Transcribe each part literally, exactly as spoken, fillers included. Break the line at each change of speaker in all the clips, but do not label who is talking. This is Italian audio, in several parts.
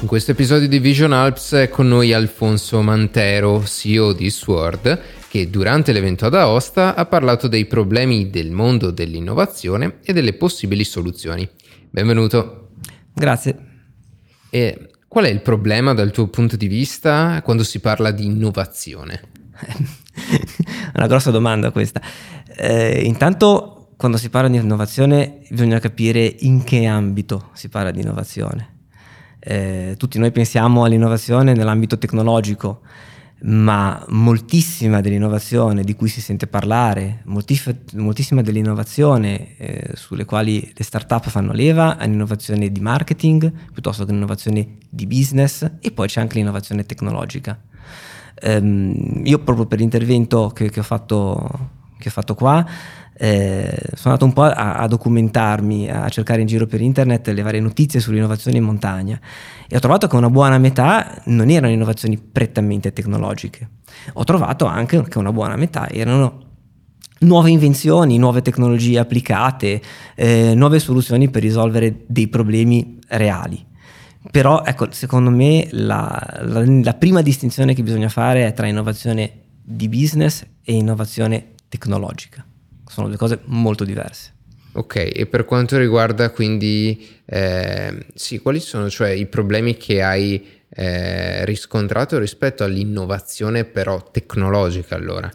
In questo episodio di Vision Alps è con noi Alfonso Mantero, C E O di Sword, che durante l'evento ad Aosta ha parlato dei problemi del mondo dell'innovazione e delle possibili soluzioni. Benvenuto.
Grazie.
E qual è il problema dal tuo punto di vista quando si parla di innovazione?
È una grossa domanda questa. Eh, intanto, quando si parla di innovazione bisogna capire in che ambito si parla di innovazione. Eh, tutti noi pensiamo all'innovazione nell'ambito tecnologico, ma moltissima dell'innovazione di cui si sente parlare, moltiss- moltissima dell'innovazione eh, sulle quali le start-up fanno leva è l'innovazione di marketing piuttosto che l'innovazione di business, e poi c'è anche l'innovazione tecnologica. Um, io proprio per l'intervento che, che, ho fatto, che ho fatto qua eh, sono andato un po' a, a documentarmi, a cercare in giro per internet le varie notizie sull'innovazione in montagna, e ho trovato che una buona metà non erano innovazioni prettamente tecnologiche. Ho trovato anche che una buona metà erano nuove invenzioni, nuove tecnologie applicate, eh, nuove soluzioni per risolvere dei problemi reali. Però ecco, secondo me la, la, la prima distinzione che bisogna fare è tra innovazione di business e innovazione tecnologica. Sono due cose molto diverse.
Ok, e per quanto riguarda quindi, eh, sì, quali sono cioè i problemi che hai eh, riscontrato rispetto all'innovazione però tecnologica allora?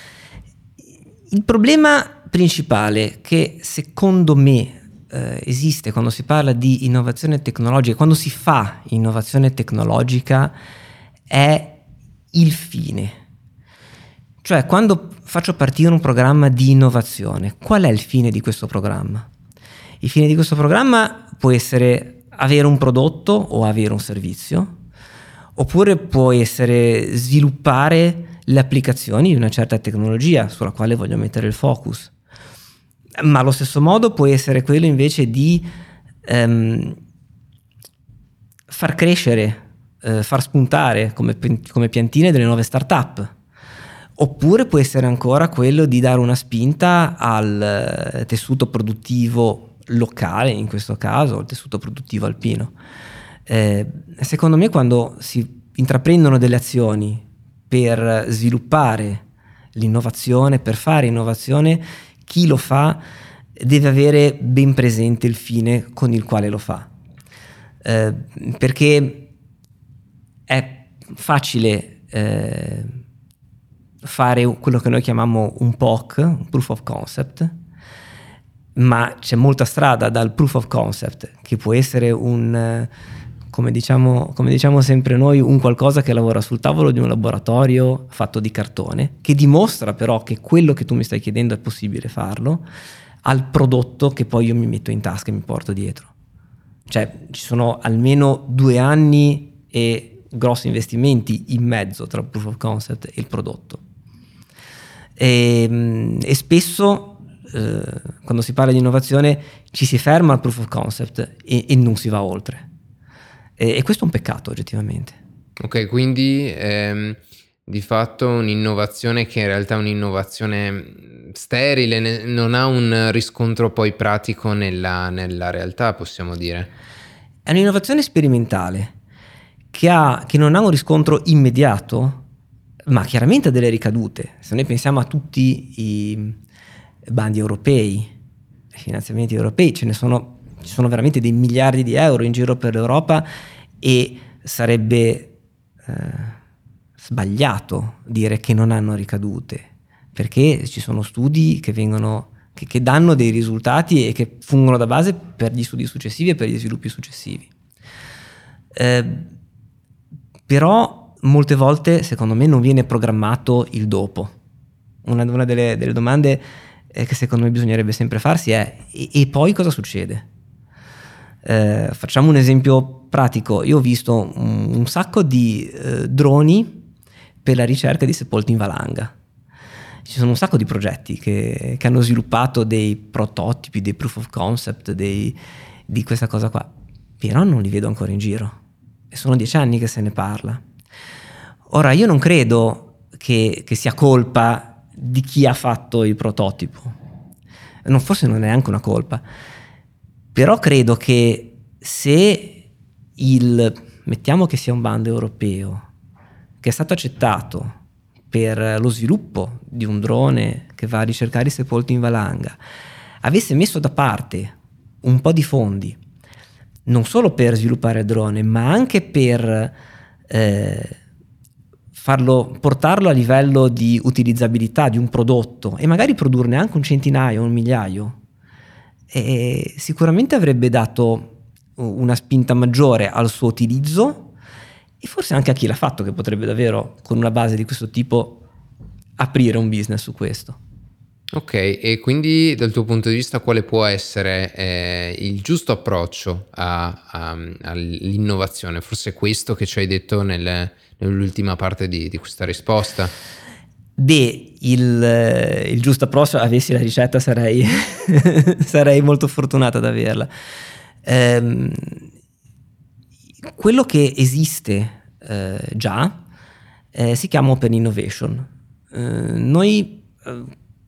Il problema principale che secondo me eh, esiste quando si parla di innovazione tecnologica, quando si fa innovazione tecnologica, è il fine. Cioè, quando faccio partire un programma di innovazione, qual è il fine di questo programma? Il fine di questo programma può essere avere un prodotto o avere un servizio, oppure può essere sviluppare le applicazioni di una certa tecnologia sulla quale voglio mettere il focus. Ma allo stesso modo può essere quello invece di ehm, far crescere, eh, far spuntare come, come piantine delle nuove start-up. Oppure può essere ancora quello di dare una spinta al tessuto produttivo locale, in questo caso il tessuto produttivo alpino. Eh, secondo me, quando si intraprendono delle azioni per sviluppare l'innovazione, per fare innovazione, chi lo fa deve avere ben presente il fine con il quale lo fa. Eh, perché è facile eh, fare quello che noi chiamiamo un P O C, un Proof of Concept, ma c'è molta strada dal Proof of Concept, che può essere un, come diciamo, come diciamo sempre noi, un qualcosa che lavora sul tavolo di un laboratorio fatto di cartone, che dimostra però che quello che tu mi stai chiedendo è possibile farlo, al prodotto che poi io mi metto in tasca e mi porto dietro. Cioè ci sono almeno due anni e grossi investimenti in mezzo tra il Proof of Concept e il prodotto. E, e spesso eh, quando si parla di innovazione ci si ferma al Proof of Concept e, e non si va oltre, e, e questo è un peccato oggettivamente.
Ok, quindi ehm, di fatto un'innovazione che in realtà è un'innovazione sterile, ne- non ha un riscontro poi pratico nella, nella realtà, possiamo dire.
È un'innovazione sperimentale che, ha, che non ha un riscontro immediato, ma chiaramente ha delle ricadute. Se noi pensiamo a tutti i bandi europei, i finanziamenti europei, ce ne sono, ci sono veramente dei miliardi di euro in giro per l'Europa, e sarebbe eh, sbagliato dire che non hanno ricadute, perché ci sono studi che vengono che, che danno dei risultati e che fungono da base per gli studi successivi e per gli sviluppi successivi. Eh, però molte volte, secondo me, non viene programmato il dopo. Una, una delle, delle domande eh, che secondo me bisognerebbe sempre farsi è: e, e poi cosa succede? Eh, facciamo un esempio pratico. Io ho visto un, un sacco di eh, droni per la ricerca di sepolti in valanga. Ci sono un sacco di progetti che, che hanno sviluppato dei prototipi, dei proof of concept, dei, di questa cosa qua, però non li vedo ancora in giro, e sono dieci anni che se ne parla. Ora, io non credo che, che sia colpa di chi ha fatto il prototipo, non, forse non è neanche una colpa, però credo che se il mettiamo che sia un bando europeo, che è stato accettato per lo sviluppo di un drone che va a ricercare i sepolti in valanga, avesse messo da parte un po' di fondi, non solo per sviluppare il drone, ma anche per eh, farlo, portarlo a livello di utilizzabilità di un prodotto e magari produrne anche un centinaio o un migliaio, e sicuramente avrebbe dato una spinta maggiore al suo utilizzo e forse anche a chi l'ha fatto, che potrebbe davvero con una base di questo tipo aprire un business su questo.
Ok, e quindi dal tuo punto di vista quale può essere eh, il giusto approccio a, a, all'innovazione? Forse questo che ci hai detto nel, nell'ultima parte di, di questa risposta.
Beh, il, il giusto approccio, avessi la ricetta sarei, sarei molto fortunata ad averla. Ehm, quello che esiste eh, già eh, si chiama Open Innovation. Eh, noi eh,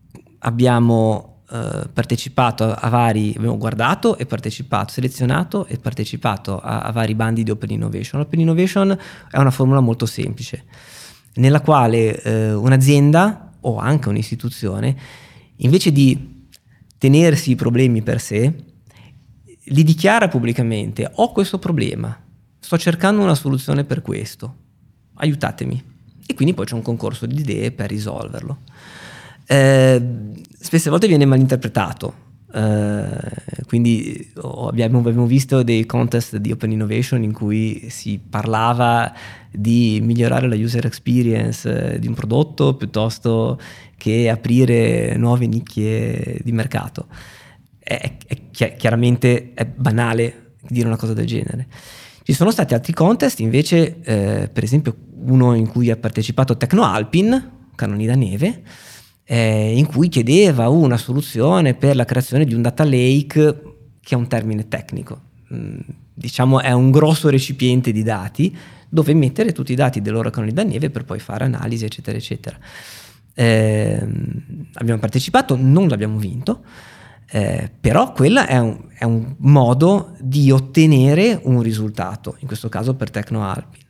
abbiamo eh, partecipato a, a vari, abbiamo guardato e partecipato, selezionato e partecipato a, a vari bandi di Open Innovation. Open Innovation è una formula molto semplice, nella quale eh, un'azienda o anche un'istituzione, invece di tenersi i problemi per sé, li dichiara pubblicamente: ho questo problema, sto cercando una soluzione per questo, aiutatemi. E quindi poi c'è un concorso di idee per risolverlo. Eh, spesse volte viene malinterpretato, eh, quindi oh, abbiamo, abbiamo visto dei contest di Open Innovation in cui si parlava di migliorare la user experience eh, di un prodotto piuttosto che aprire nuove nicchie di mercato. È, è, è chiaramente è banale dire una cosa del genere. Ci sono stati altri contest invece, eh, per esempio uno in cui ha partecipato TecnoAlpin, Cannoni da neve, eh, in cui chiedeva una soluzione per la creazione di un data lake, che è un termine tecnico, mm, diciamo è un grosso recipiente di dati dove mettere tutti i dati dei loro cannoni da neve per poi fare analisi eccetera eccetera. Eh, abbiamo partecipato, non l'abbiamo vinto, eh, però quella è un, è un modo di ottenere un risultato, in questo caso per TecnoAlpin.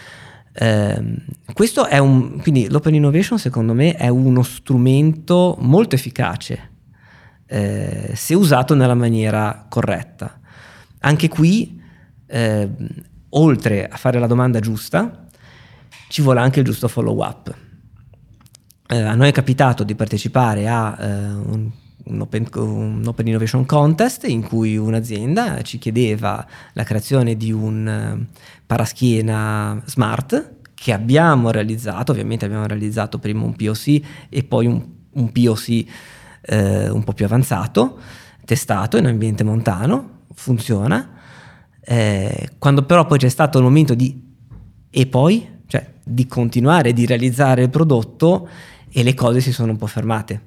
Eh, questo è un, quindi l'Open Innovation secondo me è uno strumento molto efficace eh, se usato nella maniera corretta. Anche qui eh, oltre a fare la domanda giusta ci vuole anche il giusto follow up. Eh, a noi è capitato di partecipare a eh, un Un open, un open Innovation Contest in cui un'azienda ci chiedeva la creazione di un paraschiena smart che abbiamo realizzato. Ovviamente abbiamo realizzato prima un P O C e poi un, un P O C eh, un po' più avanzato, testato in ambiente montano, funziona. Eh, quando però poi c'è stato il momento di e poi, cioè di continuare di realizzare il prodotto, e le cose si sono un po' fermate.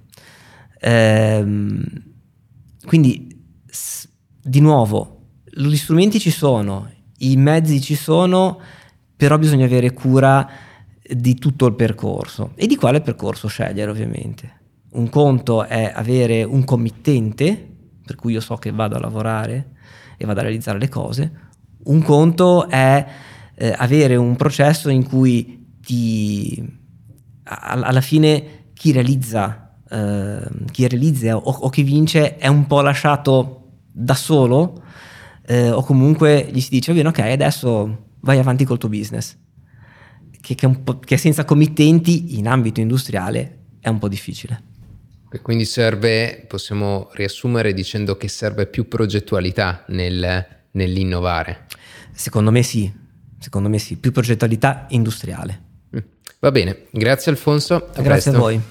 Ehm, quindi s- di nuovo gli strumenti ci sono, i mezzi ci sono, però bisogna avere cura di tutto il percorso e di quale percorso scegliere. Ovviamente un conto è avere un committente per cui io so che vado a lavorare e vado a realizzare le cose, un conto è eh, avere un processo in cui ti a- alla fine chi realizza Uh, chi realizza o, o chi vince è un po' lasciato da solo, uh, o comunque gli si dice bene, ok, adesso vai avanti col tuo business, che, che, è un po', che senza committenti in ambito industriale è un po' difficile.
E quindi serve, possiamo riassumere dicendo che serve più progettualità nel, nell'innovare.
Secondo me sì, secondo me sì, più progettualità industriale.
Mm. Va bene, grazie Alfonso. A
grazie
presto.
a voi.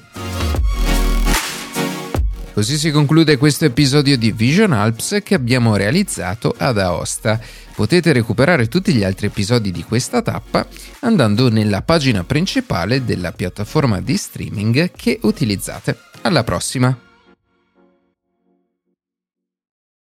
Così si conclude questo episodio di Vision Alps che abbiamo realizzato ad Aosta. Potete recuperare tutti gli altri episodi di questa tappa andando nella pagina principale della piattaforma di streaming che utilizzate. Alla prossima!